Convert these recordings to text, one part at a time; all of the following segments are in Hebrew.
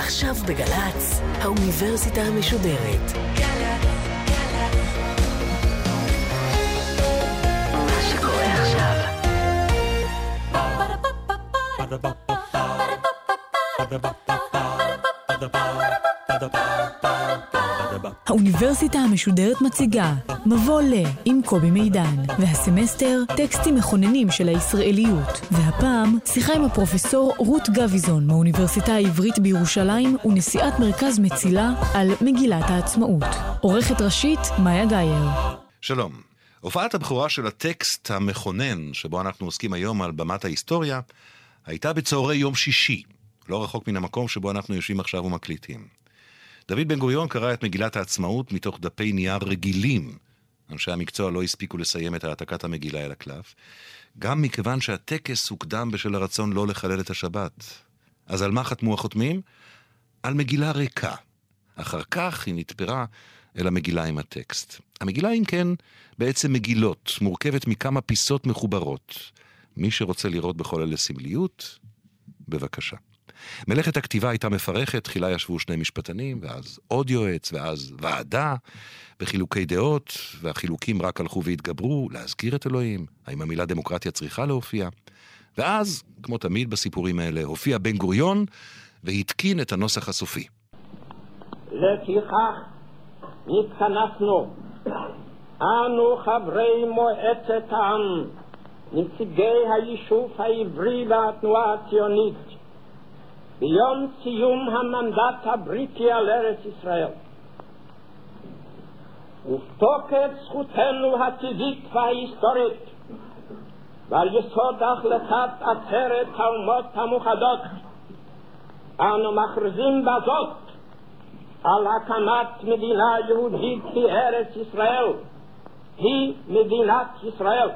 עכשיו בגלץ, האוניברסיטה המשודרת. מה שקורה עכשיו. האוניברסיטה המשודרת מציגה מבוא ל עם קובי מידן, והסמסטר טקסטים מכוננים של הישראליות, והפעם שיחה עם הפרופסור רות גביזון מהאוניברסיטה העברית בירושלים ונשיאת מרכז מצילה על מגילת העצמאות. עורכת ראשית מאיה גייר. שלום. הופעת הבכורה של הטקסט המכונן שבו אנחנו עוסקים היום על במת ההיסטוריה הייתה בצהרי יום שישי, לא רחוק מן המקום שבו אנחנו יושבים עכשיו ומקליטים. דוד בן גוריון קרא את מגילת העצמאות מתוך דפי נייר רגילים. אנשי המקצוע לא הספיקו לסיים את העתקת המגילה אל הקלף, גם מכיוון שהטקס הוקדם בשל הרצון לא לחלל את השבת. אז על מה חתמו החותמים? על מגילה ריקה. אחר כך היא נתפרה אל המגילה עם הטקסט. המגילה, אם כן, בעצם מגילות, מורכבת מכמה פיסות מחוברות. מי שרוצה לראות בכל אלה סמליות, בבקשה. מלאכת הכתיבה הייתה מפרכת, תחילה ישבו שני משפטנים, ואז עוד יועץ, ואז ועדה, בחילוקי דעות, והחילוקים רק הלכו והתגברו, להזכיר את אלוהים, האם המילה דמוקרטיה צריכה להופיע. ואז, כמו תמיד בסיפורים האלה, הופיע בן גוריון, והתקין את הנוסח הסופי. לפיכך נתכנסנו, אנו חברי מועצת העם, נציגי היישוב העברי והתנועה הציונית, ביום סיום המנדט הבריטי על ארץ ישראל, ובתוקף זכותנו הטבעית וההיסטורית, ועל יסוד החלטת עצרת האומות המאוחדות, אנו מכריזים בזאת על הקמת מדינה יהודית בארץ ישראל, היא מדינת ישראל.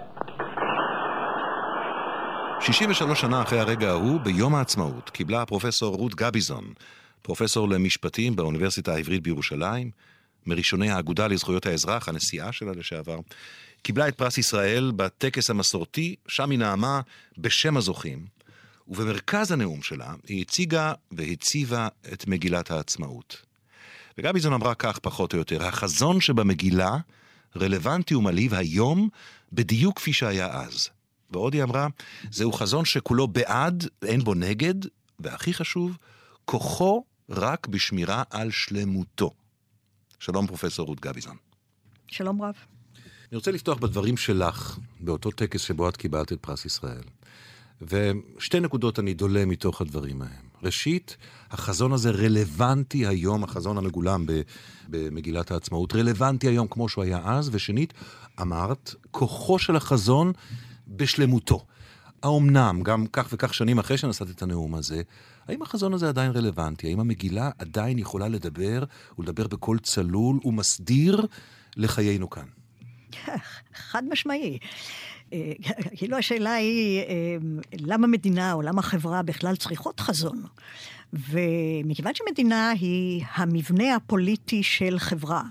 63 שנה אחרי הרגע ההוא, ביום העצמאות, קיבלה הפרופסור רות גביזון, פרופסור למשפטים באוניברסיטה העברית בירושלים, מראשוני האגודה לזכויות האזרח, הנשיאה שלה לשעבר, קיבלה את פרס ישראל בטקס המסורתי, שם היא נאמה בשם הזוכים, ובמרכז הנאום שלה היא הציגה והציבה את מגילת העצמאות. וגביזון אמרה כך פחות או יותר, החזון שבמגילה רלוונטי ומלהיב היום בדיוק כפי שהיה אז. ועוד היא אמרה, זהו חזון שכולו בעד, אין בו נגד, והכי חשוב, כוחו רק בשמירה על שלמותו. שלום פרופסור רות גביזון. שלום רב. אני רוצה לפתוח בדברים שלך, באותו טקס שבו את קיבלת את פרס ישראל. ושתי נקודות אני דולה מתוך הדברים ההם. ראשית, החזון הזה רלוונטי היום, החזון המגולם במגילת העצמאות, רלוונטי היום כמו שהוא היה אז, ושנית, אמרת, כוחו של החזון בשלמותו. האומנם, גם כך וכך שנים אחרי שנשאת את הנאום הזה, האם החזון הזה עדיין רלוונטי? האם המגילה עדיין יכולה לדבר, ולדבר בכל צלול ומסדיר לחיינו כאן? חד משמעי. כאילו השאלה היא, למה מדינה או למה חברה בכלל צריכות חזון? ומכיוון שמדינה היא המבנה הפוליטי של חברה,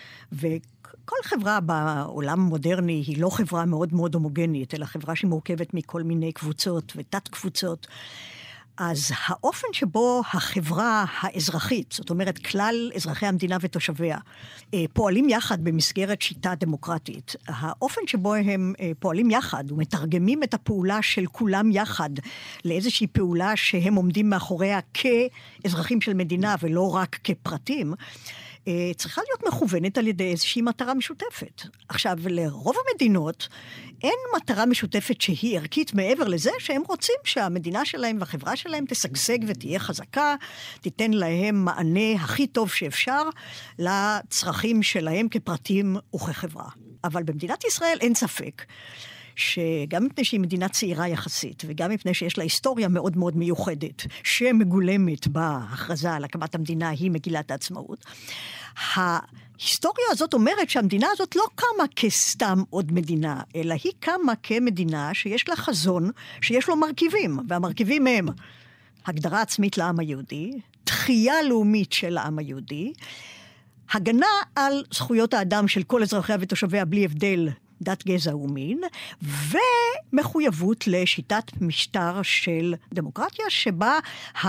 כל חברה בעולם המודרני היא לא חברה מאוד מאוד הומוגנית, אלא חברה שמורכבת מכל מיני קבוצות ותת קבוצות. אז האופן שבו החברה האזרחית, זאת אומרת כלל אזרחי המדינה ותושביה, פועלים יחד במסגרת שיטה דמוקרטית, האופן שבו הם פועלים יחד ומתרגמים את הפעולה של כולם יחד לאיזושהי פעולה שהם עומדים מאחוריה כאזרחים של מדינה ולא רק כפרטים, צריכה להיות מכוונת על ידי איזושהי מטרה משותפת. עכשיו, לרוב המדינות אין מטרה משותפת שהיא ערכית מעבר לזה שהם רוצים שהמדינה שלהם והחברה שלהם תשגשג ותהיה חזקה, תיתן להם מענה הכי טוב שאפשר לצרכים שלהם כפרטים וכחברה. אבל במדינת ישראל אין ספק שגם מפני שהיא מדינה צעירה יחסית, וגם מפני שיש לה היסטוריה מאוד מאוד מיוחדת, שמגולמת בהכרזה על הקמת המדינה, היא מגילת העצמאות, ההיסטוריה הזאת אומרת שהמדינה הזאת לא קמה כסתם עוד מדינה, אלא היא קמה כמדינה שיש לה חזון, שיש לו מרכיבים, והמרכיבים הם הגדרה עצמית לעם היהודי, תחייה לאומית של העם היהודי, הגנה על זכויות האדם של כל אזרחיה ותושביה בלי הבדל דת, גזע ומין, ומחויבות לשיטת משטר של דמוקרטיה, שבה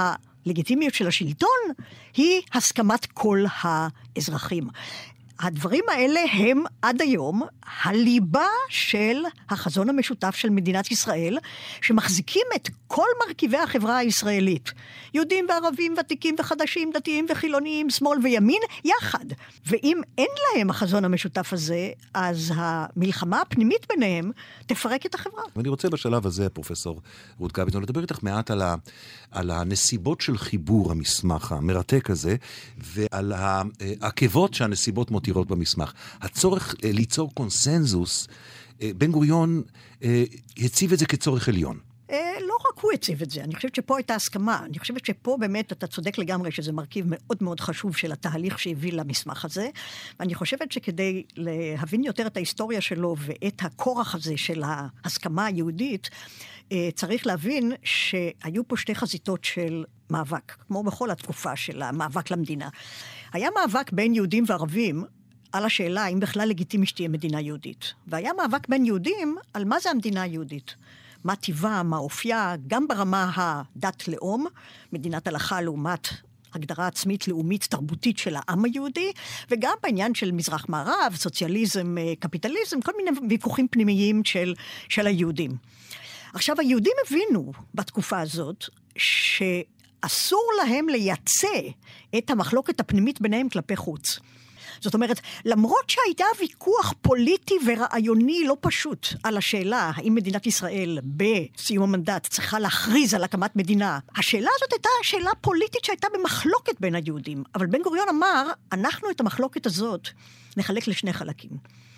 הלגיטימיות של השלטון היא הסכמת כל האזרחים. הדברים האלה הם עד היום הליבה של החזון המשותף של מדינת ישראל, שמחזיקים את כל מרכיבי החברה הישראלית. יהודים וערבים, ותיקים וחדשים, דתיים וחילוניים, שמאל וימין, יחד. ואם אין להם החזון המשותף הזה, אז המלחמה הפנימית ביניהם תפרק את החברה. ואני רוצה בשלב הזה, פרופסור רות גביזון, לדבר איתך מעט על הנסיבות של חיבור המסמך המרתק הזה, ועל העקבות שהנסיבות מותירות במסמך. הצורך ליצור קונסנזוס, בן גוריון הציב את זה כצורך עליון. לא רק הוא הציב את זה, אני חושבת שפה הייתה הסכמה, אני חושבת שפה באמת אתה צודק לגמרי שזה מרכיב מאוד מאוד חשוב של התהליך שהביא למסמך הזה, ואני חושבת שכדי להבין יותר את ההיסטוריה שלו ואת הכורח הזה של ההסכמה היהודית, צריך להבין שהיו פה שתי חזיתות של מאבק, כמו בכל התקופה של המאבק למדינה. היה מאבק בין יהודים וערבים על השאלה האם בכלל לגיטימי שתהיה מדינה יהודית, והיה מאבק בין יהודים על מה זה המדינה היהודית. מה טבעה, מה אופייה, גם ברמה הדת לאום, מדינת הלכה לעומת הגדרה עצמית לאומית תרבותית של העם היהודי, וגם בעניין של מזרח מערב, סוציאליזם, קפיטליזם, כל מיני ויכוחים פנימיים של היהודים. עכשיו, היהודים הבינו בתקופה הזאת שאסור להם לייצא את המחלוקת הפנימית ביניהם כלפי חוץ. זאת אומרת, למרות שהייתה ויכוח פוליטי ורעיוני לא פשוט על השאלה האם מדינת ישראל בסיום המנדט צריכה להכריז על הקמת מדינה, השאלה הזאת הייתה שאלה פוליטית שהייתה במחלוקת בין היהודים. אבל בן גוריון אמר, אנחנו את המחלוקת הזאת נחלק לשני חלקים.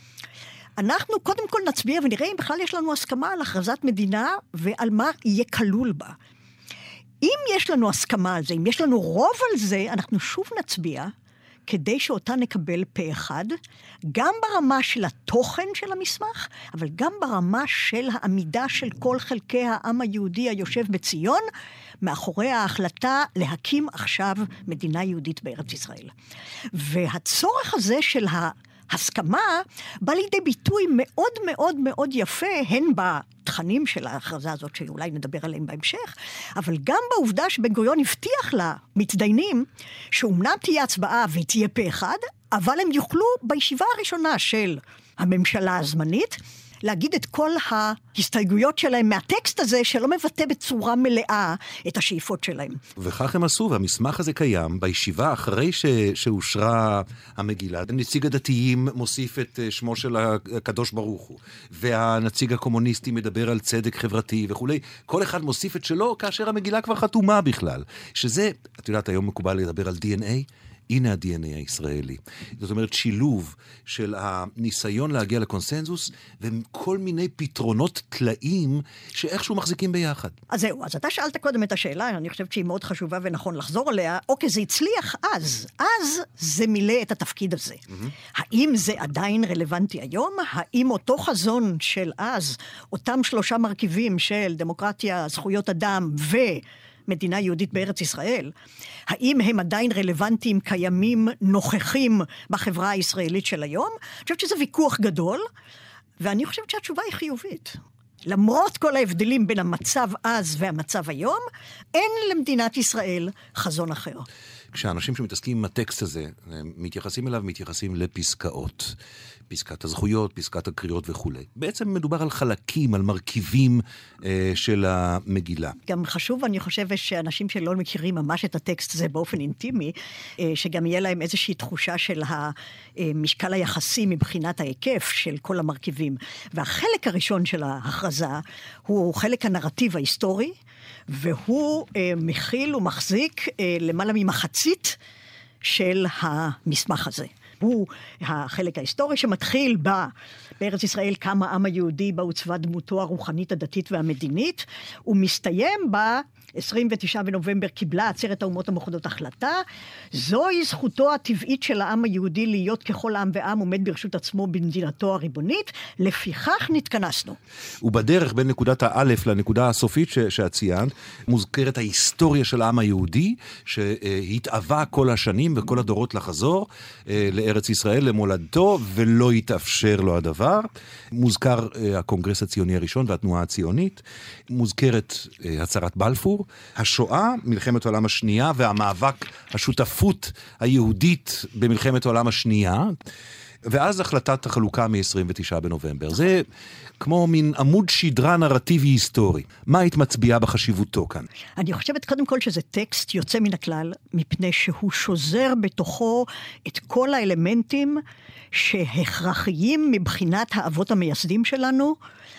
אנחנו קודם כל נצביע ונראה אם בכלל יש לנו הסכמה על הכרזת מדינה ועל מה יהיה כלול בה. אם יש לנו הסכמה על זה, אם יש לנו רוב על זה, אנחנו שוב נצביע כדי שאותה נקבל פה אחד, גם ברמה של התוכן של המסמך, אבל גם ברמה של העמידה של כל חלקי העם היהודי היושב בציון, מאחורי ההחלטה להקים עכשיו מדינה יהודית בארץ ישראל. והצורך הזה של ההסכמה בא לידי ביטוי מאוד מאוד מאוד יפה, הן בתכנים של ההכרזה הזאת שאולי נדבר עליהם בהמשך, אבל גם בעובדה שבן גוריון הבטיח למתדיינים שאומנם תהיה הצבעה והיא תהיה פה אחד, אבל הם יוכלו בישיבה הראשונה של הממשלה הזמנית להגיד את כל ההסתייגויות שלהם מהטקסט הזה שלא מבטא בצורה מלאה את השאיפות שלהם. וכך הם עשו, והמסמך הזה קיים בישיבה אחרי שאושרה המגילה. נציג הדתיים מוסיף את שמו של הקדוש ברוך הוא, והנציג הקומוניסטי מדבר על צדק חברתי וכולי. כל אחד מוסיף את שלו כאשר המגילה כבר חתומה בכלל. שזה, את יודעת, היום מקובל לדבר על DNA, הנה ה-DNA הישראלי. זאת אומרת, שילוב של הניסיון להגיע לקונסנזוס, וכל מיני פתרונות תלאים שאיכשהו מחזיקים ביחד. אז זהו, אז אתה שאלת קודם את השאלה, אני חושבת שהיא מאוד חשובה ונכון לחזור עליה, אוקיי, זה הצליח אז זה מילא את התפקיד הזה. האם זה עדיין רלוונטי היום? האם אותו חזון של אז, אותם 3 מרכיבים של דמוקרטיה, זכויות אדם מדינה יהודית בארץ ישראל, האם הם עדיין רלוונטיים, קיימים, נוכחים בחברה הישראלית של היום? אני חושבת שזה ויכוח גדול, ואני חושבת שהתשובה היא חיובית. למרות כל ההבדלים בין המצב אז והמצב היום, אין למדינת ישראל חזון אחר. כשאנשים שמתעסקים עם הטקסט הזה, מתייחסים אליו, מתייחסים לפסקאות. פסקת הזכויות, פסקת הקריאות וכו'. בעצם מדובר על חלקים, על מרכיבים של המגילה. גם חשוב, אני חושבת שאנשים שלא מכירים ממש את הטקסט הזה באופן אינטימי, שגם יהיה להם איזושהי תחושה של המשקל היחסי מבחינת ההיקף של כל המרכיבים. והחלק הראשון של ההכרזה הוא חלק הנרטיב ההיסטורי, והוא מכיל ומחזיק למעלה ממחצית של המסמך הזה. הוא החלק ההיסטורי שמתחיל בארץ ישראל קם העם היהודי, בה עוצבה דמותו הרוחנית, הדתית והמדינית, ומסתיים ב-29 בנובמבר קיבלה עצרת האומות המאוחדות החלטה, זוהי זכותו הטבעית של העם היהודי להיות ככל עם ועם עומד ברשות עצמו במדינתו הריבונית, לפיכך נתכנסנו. ובדרך בין נקודת האלף לנקודה הסופית שאת ציינת, מוזכרת ההיסטוריה של העם היהודי, שהתאווה כל השנים וכל הדורות לחזור לארץ לארץ ישראל, למולדתו, ולא יתאפשר לו הדבר. מוזכר הקונגרס הציוני הראשון והתנועה הציונית, מוזכרת הצהרת בלפור, השואה, מלחמת העולם השנייה, והמאבק, השותפות היהודית במלחמת העולם השנייה, ואז החלטת החלוקה מ-29 בנובמבר. זה כמו מין עמוד שדרה נרטיבי היסטורי. מה היית מצביעה בחשיבותו כאן? אני חושבת קודם כל שזה טקסט יוצא מן הכלל, מפני שהוא שוזר בתוכו את כל האלמנטים שהכרחיים מבחינת האבות המייסדים שלנו,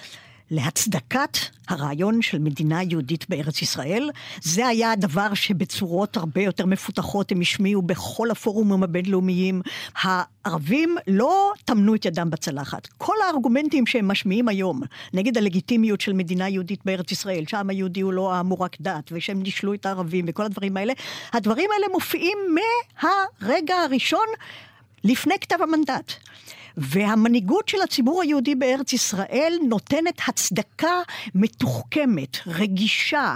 להצדקת הרעיון של מדינה יהודית בארץ ישראל. זה היה הדבר שבצורות הרבה יותר מפותחות הם השמיעו בכל הפורומים הבינלאומיים. הערבים לא תמנו את ידם בצלחת. כל הארגומנטים שהם משמיעים היום נגד הלגיטימיות של מדינה יהודית בארץ ישראל, שהעם היהודי הוא לא עם רק דת, ושהם נשלו את הערבים וכל הדברים האלה, הדברים האלה מופיעים מהרגע הראשון לפני כתב המנדט. והמנהיגות של הציבור היהודי בארץ ישראל נותנת הצדקה מתוחכמת, רגישה,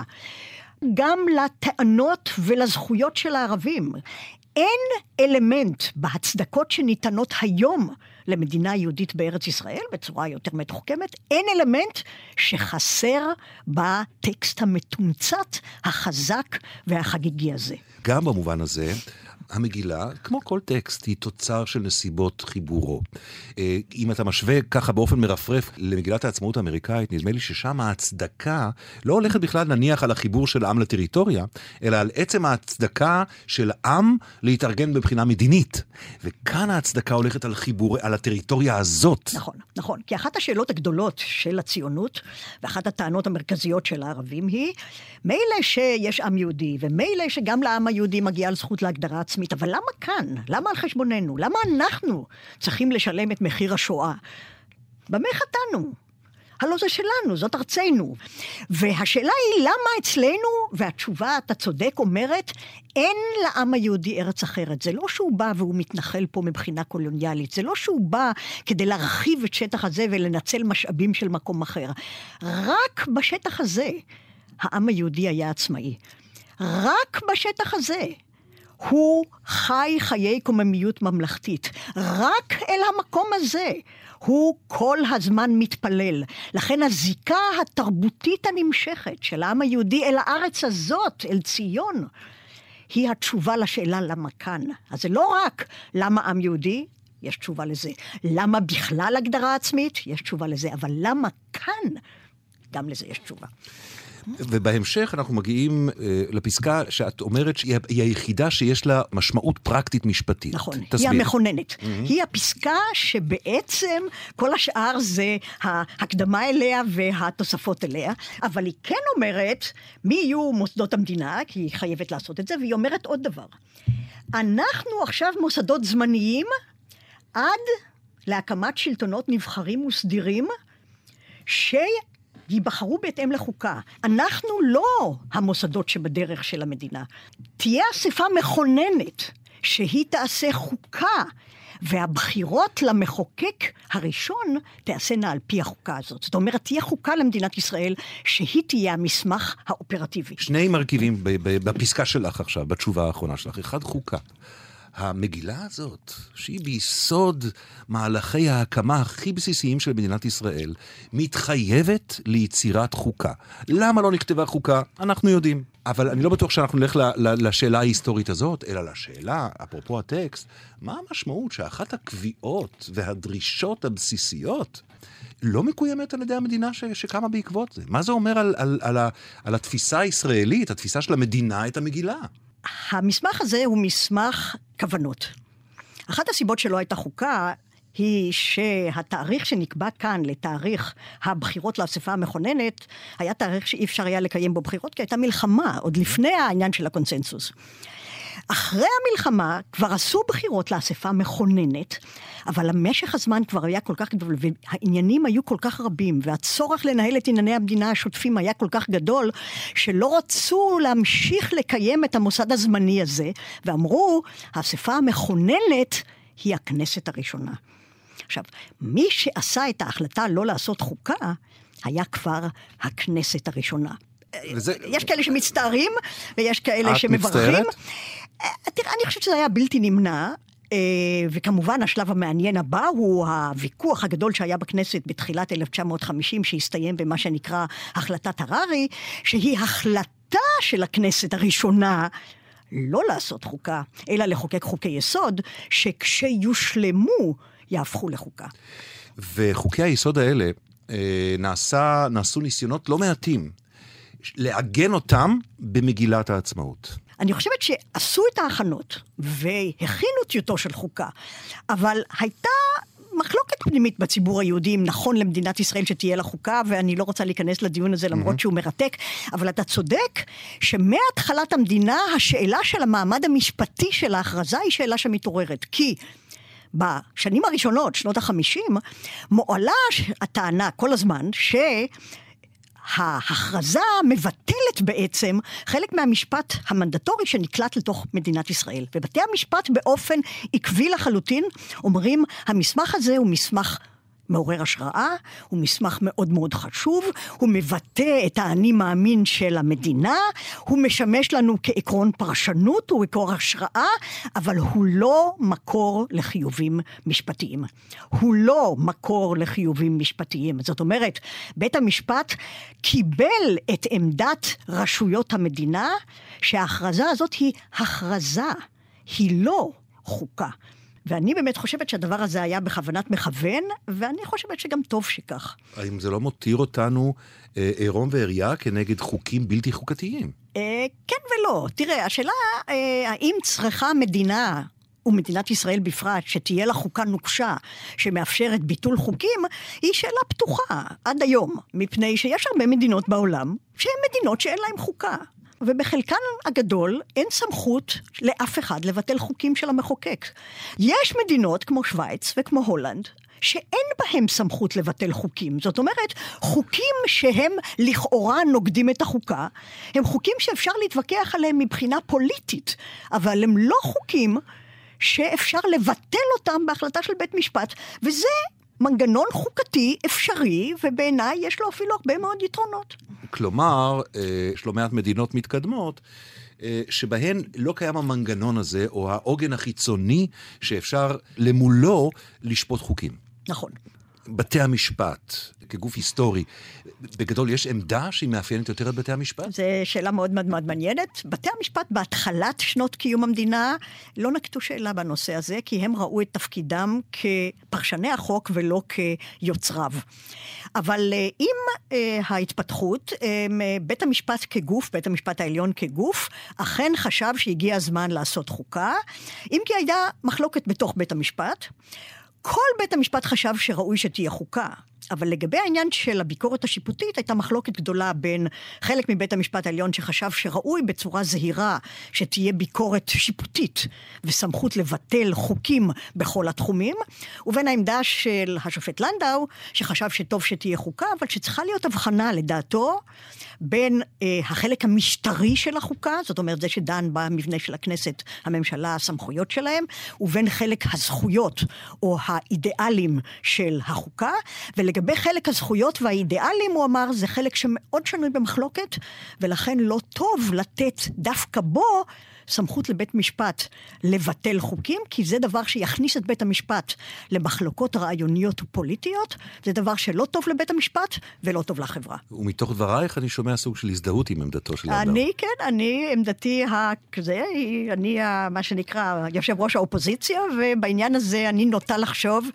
גם לטענות ולזכויות של הערבים. אין אלמנט בהצדקות שניתנות היום למדינה יהודית בארץ ישראל, בצורה יותר מתוחכמת, אין אלמנט שחסר בטקסט המתומצת, החזק והחגיגי הזה. גם במובן הזה, המגילה, כמו כל טקסט, היא תוצר של נסיבות חיבורו. אם אתה משווה ככה באופן מרפרף למגילת העצמאות האמריקאית, נדמה לי ששם ההצדקה לא הולכת בכלל נניח על החיבור של עם לטריטוריה, אלא על עצם ההצדקה של עם להתארגן בבחינה מדינית. וכאן ההצדקה הולכת על חיבור, על הטריטוריה הזאת. נכון, נכון. כי אחת השאלות הגדולות של הציונות, ואחת הטענות המרכזיות של הערבים היא, מילא שיש עם יהודי, ומילא שגם לעם היהודי מגיעה לזכות להגדרה עצמית, אבל למה כאן? למה על חשבוננו? למה אנחנו צריכים לשלם את מחיר השואה? במה חטאנו? הלא זה שלנו, זאת ארצנו. והשאלה היא למה אצלנו, והתשובה, אתה צודק, אומרת, אין לעם היהודי ארץ אחרת. זה לא שהוא בא והוא מתנחל פה מבחינה קולוניאלית, זה לא שהוא בא כדי להרחיב את שטח הזה ולנצל משאבים של מקום אחר. רק בשטח הזה העם היהודי היה עצמאי. רק בשטח הזה הוא חי חיי קוממיות ממלכתית. רק אל המקום הזה הוא כל הזמן מתפלל. לכן הזיקה התרבותית הנמשכת של העם היהודי אל הארץ הזאת, אל ציון, היא התשובה לשאלה למה כאן. אז זה לא רק למה עם יהודי, יש תשובה לזה. למה בכלל הגדרה עצמית? יש תשובה לזה. אבל למה כאן? גם לזה יש תשובה. ובהמשך אנחנו מגיעים לפסקה שאת אומרת שהיא היחידה שיש לה משמעות פרקטית משפטית. נכון, תסביר. היא המכוננת. היא הפסקה שבעצם כל השאר זה ההקדמה אליה והתוספות אליה, אבל היא כן אומרת מי יהיו מוסדות המדינה, כי היא חייבת לעשות את זה, והיא אומרת עוד דבר. אנחנו עכשיו מוסדות זמניים עד להקמת שלטונות נבחרים וסדירים ייבחרו בהתאם לחוקה. אנחנו לא המוסדות שבדרך של המדינה. תהיה אספה מכוננת שהיא תעשה חוקה, והבחירות למחוקק הראשון תעשנה על פי החוקה הזאת. זאת אומרת, תהיה חוקה למדינת ישראל שהיא תהיה המסמך האופרטיבי. שני מרכיבים בפסקה שלך עכשיו, בתשובה האחרונה שלך. אחד, חוקה. המגילה הזאת, שהיא ביסוד מהלכי ההקמה הכי בסיסיים של מדינת ישראל, מתחייבת ליצירת חוקה. למה לא נכתבה חוקה? אנחנו יודעים. אבל אני לא בטוח שאנחנו נלך לשאלה ההיסטורית הזאת, אלא לשאלה, אפרופו הטקסט, מה המשמעות שאחת הקביעות והדרישות הבסיסיות לא מקוימת על ידי המדינה שקמה בעקבות זה? מה זה אומר על התפיסה הישראלית, התפיסה של המדינה, את המגילה? המסמך הזה הוא מסמך כוונות. אחת הסיבות שלא הייתה חוקה היא שהתאריך שנקבע כאן לתאריך הבחירות לאספה המכוננת, היה תאריך שאי אפשר היה לקיים בו בחירות, כי הייתה מלחמה, עוד לפני העניין של הקונסנזוס. אחרי המלחמה כבר עשו בחירות לאספה מכוננת, אבל המשך הזמן כבר היה כל כך גדול, והעניינים היו כל כך רבים, והצורך לנהל את ענייני המדינה השוטפים היה כל כך גדול, שלא רצו להמשיך לקיים את המוסד הזמני הזה, ואמרו, האספה המכוננת היא הכנסת הראשונה. עכשיו, מי שעשה את ההחלטה לא לעשות חוקה, היה כבר הכנסת הראשונה. יש כאלה שמצטערים, ויש כאלה שמברכים. מצטערת? תראה, אני חושבת שזה היה בלתי נמנע. וכמובן השלב המעניין הבא הוא הוויכוח הגדול שהיה בכנסת בתחילת 1950, שהסתיים במה שנקרא החלטת הררי, שהיא החלטה של הכנסת הראשונה לא לעשות חוקה, אלא לחוקק חוקי יסוד, שכשיושלמו יהפכו לחוקה. וחוקי היסוד האלה נעשו ניסיונות לא מעטים לעגן אותם במגילת העצמאות. אני חושבת שעשו את ההכנות והכינו טיוטו של חוקה, אבל הייתה מחלוקת פנימית בציבור היהודי, אם נכון למדינת ישראל שתהיה לה חוקה, ואני לא רוצה להיכנס לדיון הזה למרות שהוא מרתק, אבל אתה צודק שמהתחלת המדינה השאלה של המעמד המשפטי של ההכרזה היא שאלה שמתעוררת, כי בשנים הראשונות, שנות ה-50, מועלה הטענה כל הזמן ההכרזה מבטלת בעצם חלק מהמשפט המנדטורי שנקלט לתוך מדינת ישראל. ובתי המשפט באופן עקבי לחלוטין אומרים, המסמך הזה הוא מסמך מעורר השראה, הוא מסמך מאוד מאוד חשוב, הוא מבטא את האני מאמין של המדינה, הוא משמש לנו כעקרון פרשנות, הוא עקרון השראה, אבל הוא לא מקור לחיובים משפטיים. הוא לא מקור לחיובים משפטיים. זאת אומרת, בית המשפט קיבל את עמדת רשויות המדינה, שההכרזה הזאת היא הכרזה, היא לא חוקה. ואני באמת חושבת שהדבר הזה היה בכוונת מכוון, ואני חושבת שגם טוב שכך. האם זה לא מותיר אותנו עירום ועריה כנגד חוקים בלתי חוקתיים? כן ולא. תראה, השאלה, האם צריכה מדינה, ומדינת ישראל בפרט, שתהיה לה חוקה נוקשה, שמאפשרת ביטול חוקים, היא שאלה פתוחה עד היום, מפני שיש הרבה מדינות בעולם, שהן מדינות שאין להן חוקה. ובחלקן הגדול אין סמכות לאף אחד לבטל חוקים של המחוקק. יש מדינות כמו שוויץ וכמו הולנד, שאין בהם סמכות לבטל חוקים. זאת אומרת, חוקים שהם לכאורה נוגדים את החוקה, הם חוקים שאפשר להתווכח עליהם מבחינה פוליטית, אבל הם לא חוקים שאפשר לבטל אותם בהחלטה של בית משפט, וזה מנגנון חוקתי אפשרי, ובעיניי יש לו אפילו הרבה מאוד יתרונות. כלומר, יש לא מעט מדינות מתקדמות, שבהן לא קיים המנגנון הזה, או העוגן החיצוני, שאפשר למולו לשפוט חוקים. נכון. בתי המשפט, כגוף היסטורי, בגדול יש עמדה שהיא מאפיינת יותר את בתי המשפט? זו שאלה מאוד מאוד מאוד מעניינת. בתי המשפט בהתחלת שנות קיום המדינה לא נקטו שאלה בנושא הזה, כי הם ראו את תפקידם כפרשני החוק ולא כיוצריו. אבל עם ההתפתחות, בית המשפט כגוף, בית המשפט העליון כגוף, אכן חשב שהגיע הזמן לעשות חוקה, אם כי הייתה מחלוקת בתוך בית המשפט, כל בית המשפט חשב שראוי שתהיה חוקה, אבל לגבי העניין של הביקורת השיפוטית, הייתה מחלוקת גדולה בין חלק מבית המשפט העליון שחשב שראוי בצורה זהירה שתהיה ביקורת שיפוטית וסמכות לבטל חוקים בכל התחומים, ובין העמדה של השופט לנדאו שחשב שטוב שתהיה חוקה, אבל שצריכה להיות הבחנה לדעתו בין החלק המשטרי של החוקה, זאת אומרת זה שדן במבנה של הכנסת, הממשלה, הסמכויות שלהם, ובין חלק הזכויות או האידיאלים של החוקה, ולגבי חלק הזכויות והאידיאלים הוא אמר, זה חלק שמאוד שנוי במחלוקת, ולכן לא טוב לתת דווקא בו סמכות לבית משפט לבטל חוקים, כי זה דבר שיכניס את בית המשפט למחלוקות רעיוניות ופוליטיות, זה דבר שלא טוב לבית המשפט ולא טוב לחברה. ומתוך דברייך אני שומע סוג של הזדהות עם עמדתו של לנדאו. אני עמדתי אני מה שנקרא יושב ראש האופוזיציה, ובעניין הזה אני נוטה לחשוב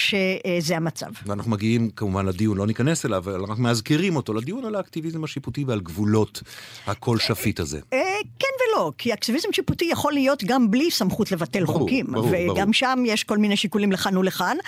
שזה המצב. ואנחנו מגיעים כמובן לדיון, לא ניכנס אליו, אבל רק מאזכירים אותו, לדיון על האקטיביזם השיפוטי ועל גבולות הכל שפיט הזה. כן ולא, כי אקטיביזם שיפוטי יכול להיות גם בלי סמכות לבטל חוקים, וגם שם יש כל מיני שיקולים לכאן ולכאן,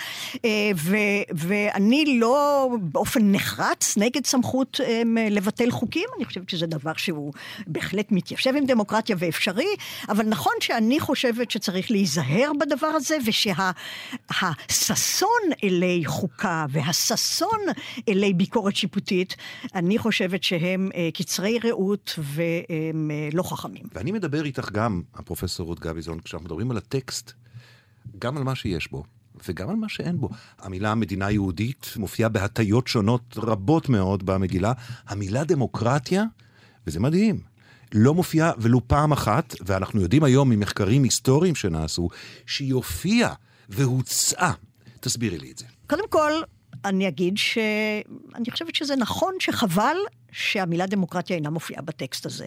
ואני לא באופן נחרץ נגד סמכות לבטל חוקים, אני חושבת שזה דבר שהוא בהחלט מתיישב עם דמוקרטיה ואפשרי, אבל נכון שאני חושבת שצריך להיזהר בדבר הזה, שהססון אלי חוקה והססון אלי ביקורת שיפוטית, אני חושבת שהם קצרי ראות והם לא חכמים. ואני מדבר איתך גם, הפרופסור רות גביזון, כשאנחנו מדברים על הטקסט, גם על מה שיש בו, וגם על מה שאין בו. המילה מדינה יהודית מופיעה בהטיות שונות רבות מאוד במגילה. המילה דמוקרטיה, וזה מדהים, לא מופיעה ולו פעם אחת, ואנחנו יודעים היום ממחקרים היסטוריים שנעשו, שהיא הופיעה והוצאה. תסבירי לי את זה. קודם כל, אני אגיד שאני חושבת שזה נכון שחבל שהמילה דמוקרטיה אינה מופיעה בטקסט הזה.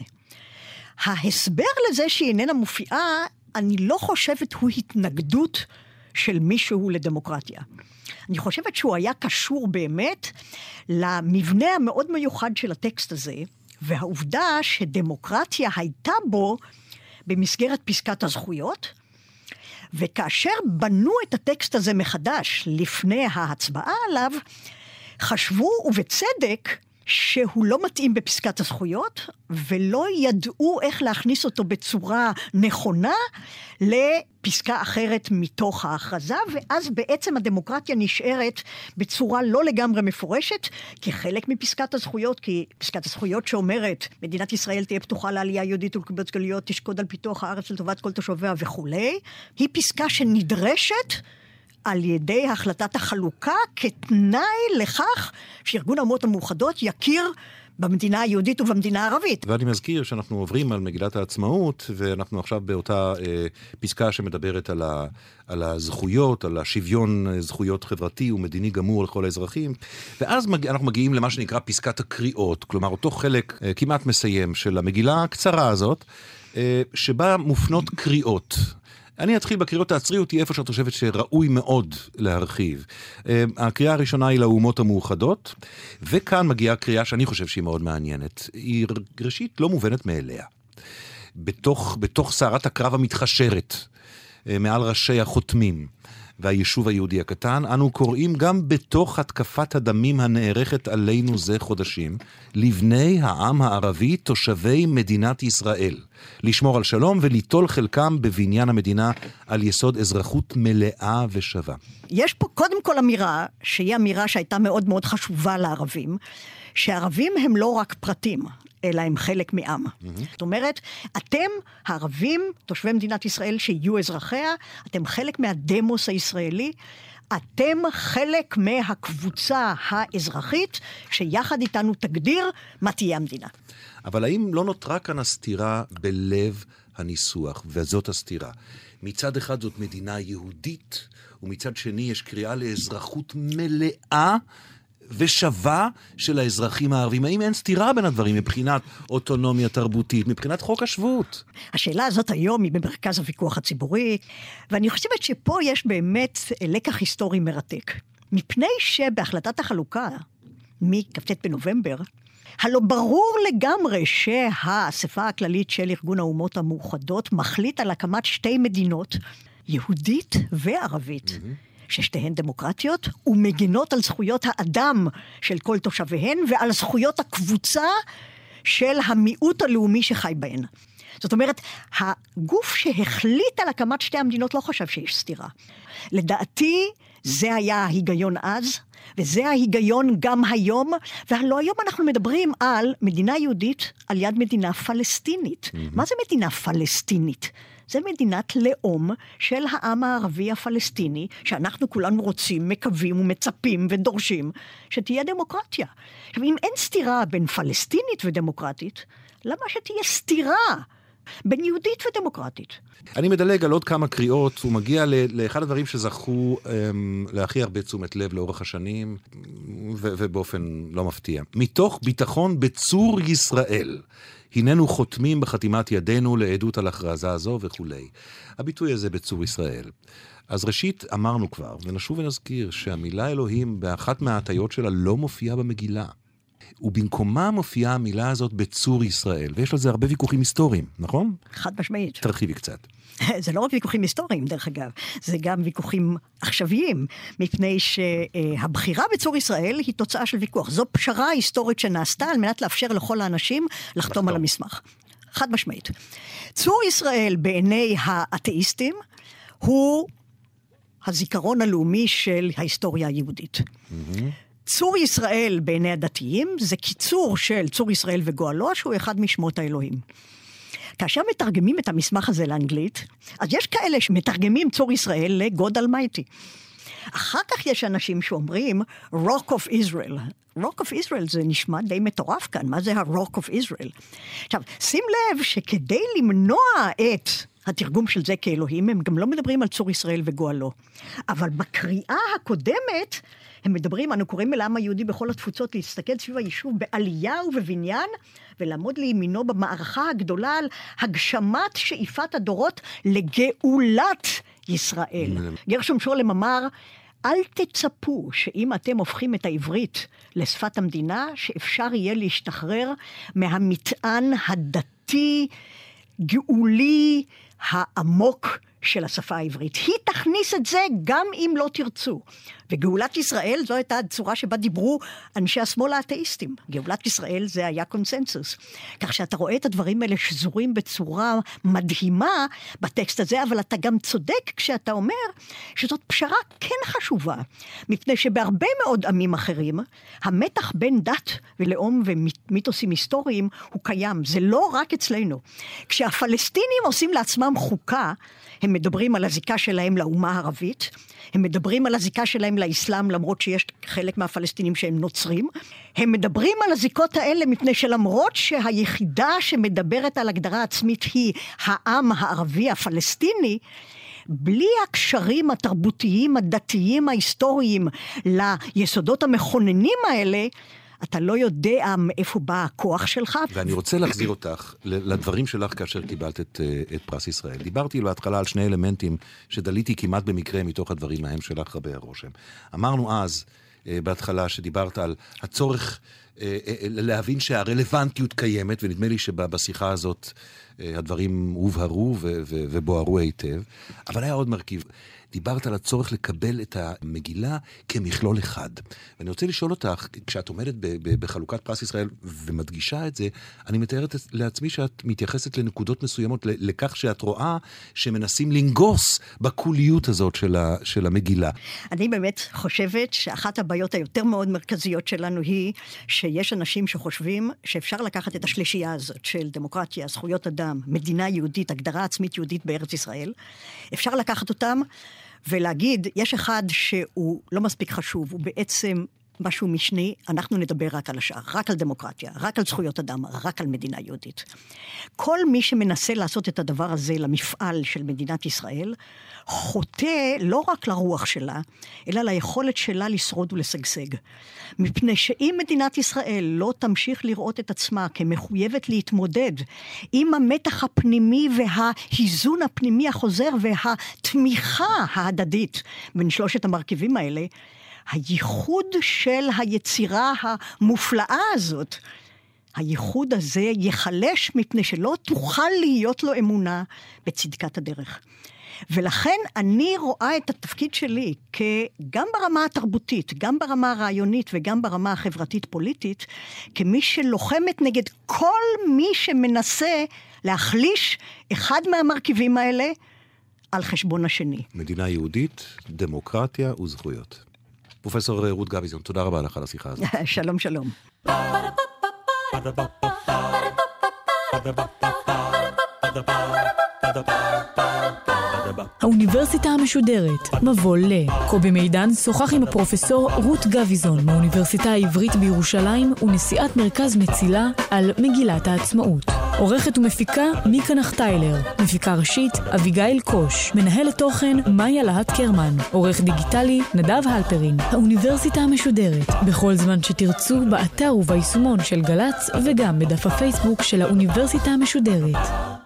ההסבר לזה שהיא איננה מופיעה, אני לא חושבת הוא התנגדות של מישהו לדמוקרטיה. אני חושבת שהוא היה קשור באמת למבנה המאוד מיוחד של הטקסט הזה, והעובדה שדמוקרטיה הייתה בו במסגרת פסקת הזכויות, וכאשר בנו את הטקסט הזה מחדש לפני ההצבעה עליו, חשבו ובצדק שהוא לא מתאים בפסקת הזכויות, ולא ידעו איך להכניס אותו בצורה נכונה לפסקה אחרת מתוך ההכרזה, ואז בעצם הדמוקרטיה נשארת בצורה לא לגמרי מפורשת, כחלק מפסקת הזכויות, כי פסקת הזכויות שאומרת, מדינת ישראל תהיה פתוחה לעלייה יהודית ולקיבוץ גלויות, תשקוד על פיתוח הארץ לטובת כל תושביה וכו', היא פסקה שנדרשת על ידי החלטת החלוקה כתנאי לכך שארגון האומות המאוחדות יכיר במדינה היהודית ובמדינה הערבית. ואני מזכיר שאנחנו עוברים על מגילת העצמאות, ואנחנו עכשיו באותה פסקה שמדברת על הזכויות, על השוויון זכויות חברתי ומדיני גמור לכל האזרחים, ואז אנחנו מגיעים למה שנקרא פסקת הקריאות, כלומר אותו חלק כמעט מסיים של המגילה הקצרה הזאת, שבה מופנות קריאות. אני אתחיל בקריאות, תעצרי אותי איפה שאת חושבת שראוי מאוד להרחיב. הקריאה הראשונה היא לאומות המאוחדות, וכאן מגיעה קריאה שאני חושב שהיא מאוד מעניינת. היא ראשית לא מובנת מאליה. בתוך סערת הקרב המתחשרת, מעל ראשי החותמים, והיישוב היהודי הקטן, אנו קוראים גם בתוך התקפת הדמים הנערכת עלינו זה חודשים, לבני העם הערבי תושבי מדינת ישראל, לשמור על שלום וליטול חלקם בבניין המדינה על יסוד אזרחות מלאה ושווה. יש פה קודם כל אמירה, שהיא אמירה שהייתה מאוד מאוד חשובה לערבים, שהערבים הם לא רק פרטים, אלא הם חלק מעם. זאת אומרת, אתם, הערבים, תושבי מדינת ישראל שיהיו אזרחיה, אתם חלק מהדמוס הישראלי, אתם חלק מהקבוצה האזרחית, שיחד איתנו תגדיר מה תהיה המדינה. אבל האם לא נותרה כאן הסתירה בלב הניסוח, וזאת הסתירה? מצד אחד זאת מדינה יהודית, ומצד שני יש קריאה לאזרחות מלאה, ושווה של האזרחים הערבים. האם אין סתירה בין הדברים מבחינת אוטונומיה תרבותית, מבחינת חוק השבות? השאלה הזאת היום היא במרכז הוויכוח הציבורי, ואני חושבת שפה יש באמת לקח היסטורי מרתק. מפני שבהחלטת החלוקה, מכ"ט בנובמבר, הלא ברור לגמרי שהאספה הכללית של ארגון האומות המאוחדות מחליט על הקמת שתי מדינות, יהודית וערבית. ששתיהן דמוקרטיות, ומגינות על זכויות האדם של כל תושביהן, ועל זכויות הקבוצה של המיעוט הלאומי שחי בהן. זאת אומרת, הגוף שהחליט על הקמת שתי המדינות לא חשב שיש סתירה. לדעתי, זה היה ההיגיון אז, וזה ההיגיון גם היום, והלא היום אנחנו מדברים על מדינה יהודית על יד מדינה פלסטינית. מה זה מדינה פלסטינית? זה מדינת לאום של העם הערבי הפלסטיני, שאנחנו כולנו רוצים, מקווים ומצפים ודורשים, שתהיה דמוקרטיה. עכשיו, אם אין סתירה בין פלסטינית ודמוקרטית, למה שתהיה סתירה בין יהודית ודמוקרטית? אני מדלג על עוד כמה קריאות, ומגיע לאחד הדברים שזכו להכי הרבה תשומת לב לאורך השנים, ובאופן לא מפתיע. מתוך ביטחון בצור ישראל, הננו חותמים בחתימת ידינו לעדות על הכרזה הזו וכו'. הביטוי הזה בצור ישראל. אז ראשית אמרנו כבר, ונשוב ונזכיר שהמילה אלוהים באחת מההטיות שלה לא מופיעה במגילה. ובמקומה מופיעה המילה הזאת בצור ישראל, ויש לזה הרבה ויכוחים היסטוריים, נכון? חד משמעית. תרחיבי קצת. זה לא רק ויכוחים היסטוריים, דרך אגב, זה גם ויכוחים עכשוויים, מפני שהבחירה בצור ישראל היא תוצאה של ויכוח. זו פשרה היסטורית שנעשתה על מנת לאפשר לכל האנשים לחתום על המסמך. חד משמעית. צור ישראל בעיני האתאיסטים הוא הזיכרון הלאומי של ההיסטוריה היהודית. צור ישראל בעיני הדתיים זה קיצור של צור ישראל וגואלו, שהוא אחד משמות האלוהים. כאשר מתרגמים את המסמך הזה לאנגלית, אז יש כאלה שמתרגמים צור ישראל לגוד אלמייטי. אחר כך יש אנשים שאומרים, Rock of Israel. Rock of Israel זה נשמע די מטורף כאן, מה זה ה-Rock of Israel? עכשיו, שים לב שכדי למנוע את התרגום של זה כאלוהים, הם גם לא מדברים על צור ישראל וגואלו. אבל בקריאה הקודמת, הם מדברים, אנו קוראים אל העם היהודי בכל התפוצות להסתכל סביב היישוב בעלייה ובבניין, ולעמוד לימינו במערכה הגדולה על הגשמת שאיפת הדורות לגאולת ישראל. גרשום שולם אמר, אל תצפו שאם אתם הופכים את העברית לשפת המדינה, שאפשר יהיה להשתחרר מהמטען הדתי, גאולי, העמוק של השפה העברית. היא תכניס את זה גם אם לא תרצו. וגאולת ישראל זו הייתה הצורה שבה דיברו אנשי השמאל האתאיסטים. גאולת ישראל זה היה קונסנסוס. כך שאתה רואה את הדברים האלה שזורים בצורה מדהימה בטקסט הזה, אבל אתה גם צודק כשאתה אומר שזאת פשרה כן חשובה. מפני שבהרבה מאוד עמים אחרים, המתח בין דת ולאום ומיתוסים היסטוריים הוא קיים. זה לא רק אצלנו. כשהפלסטינים עושים לעצמם חוקה, הם מדברים על הזיקה שלהם לאומה הערבית, הם מדברים על הזיקה שלהם לאסלאם, למרות שיש חלק מהפלסטינים שהם נוצרים, הם מדברים על הזיקות האלה מפני שלמרות שהיחידה שמדברת על הגדרה עצמית היא העם הערבי הפלסטיני, בלי הקשרים התרבותיים, הדתיים, ההיסטוריים ליסודות המכוננים האלה, אתה לא יודע מאיפה בא הכוח שלך. ואני רוצה להחזיר אותך לדברים שלך כאשר קיבלת את פרס ישראל. דיברתי בהתחלה על שני אלמנטים שדליתי כמעט במקרה מתוך הדברים ההם שלך רבי הרושם. אמרנו אז, בהתחלה, שדיברת על הצורך להבין שהרלוונטיות קיימת, ונדמה לי שבשיחה הזאת הדברים הובהרו ובוערו היטב, אבל היה עוד מרכיב. דיברת על הצורך לקבל את המגילה כמכלול אחד. ואני רוצה לשאול אותך, כשאת עומדת בחלוקת פרס ישראל ומדגישה את זה, אני מתארת לעצמי שאת מתייחסת לנקודות מסוימות, לכך שאת רואה שמנסים לנגוס בקוליות הזאת של המגילה. אני באמת חושבת שאחת הבעיות היותר מאוד מרכזיות שלנו היא שיש אנשים שחושבים שאפשר לקחת את השלישייה הזאת של דמוקרטיה, זכויות אדם, מדינה יהודית, הגדרה עצמית יהודית בארץ ישראל. אפשר לקחת אותם ולהגיד, יש אחד שהוא לא מספיק חשוב, הוא בעצם משהו משני, אנחנו נדבר רק על השאר, רק על דמוקרטיה, רק על זכויות אדם, רק על מדינה יהודית. כל מי שמנסה לעשות את הדבר הזה למפעל של מדינת ישראל, חוטא לא רק לרוח שלה, אלא ליכולת שלה לשרוד ולשגשג. מפני שאם מדינת ישראל לא תמשיך לראות את עצמה כמחויבת להתמודד עם המתח הפנימי וההיזון הפנימי החוזר והתמיכה ההדדית בין שלושת המרכיבים האלה, הייחוד של היצירה המופלאה הזאת, הייחוד הזה יחלש מפני שלא תוכל להיות לו אמונה בצדקת הדרך. ולכן אני רואה את התפקיד שלי גם ברמה התרבותית, גם ברמה הרעיונית וגם ברמה החברתית-פוליטית, כמי שלוחמת נגד כל מי שמנסה להחליש אחד מהמרכיבים האלה על חשבון השני. מדינה יהודית, דמוקרטיה וזכויות. פרופסור רות גביזון, תודה רבה לך על השיחה הזאת. שלום, שלום. האוניברסיטה המשודרת, מבוא ל. קובי מידן שוחח עם הפרופסור רות גביזון מהאוניברסיטה העברית בירושלים ונשיאת מרכז מצילה על מגילת העצמאות. עורכת ומפיקה מיקה נחטיילר, מפיקה ראשית אביגיל קוש, מנהלת תוכן מאיה להט קרמן, עורך דיגיטלי נדב הלפרין. האוניברסיטה המשודרת, בכל זמן שתרצו, באתר וביישומון של גלץ וגם בדף הפייסבוק של האוניברסיטה המשודרת.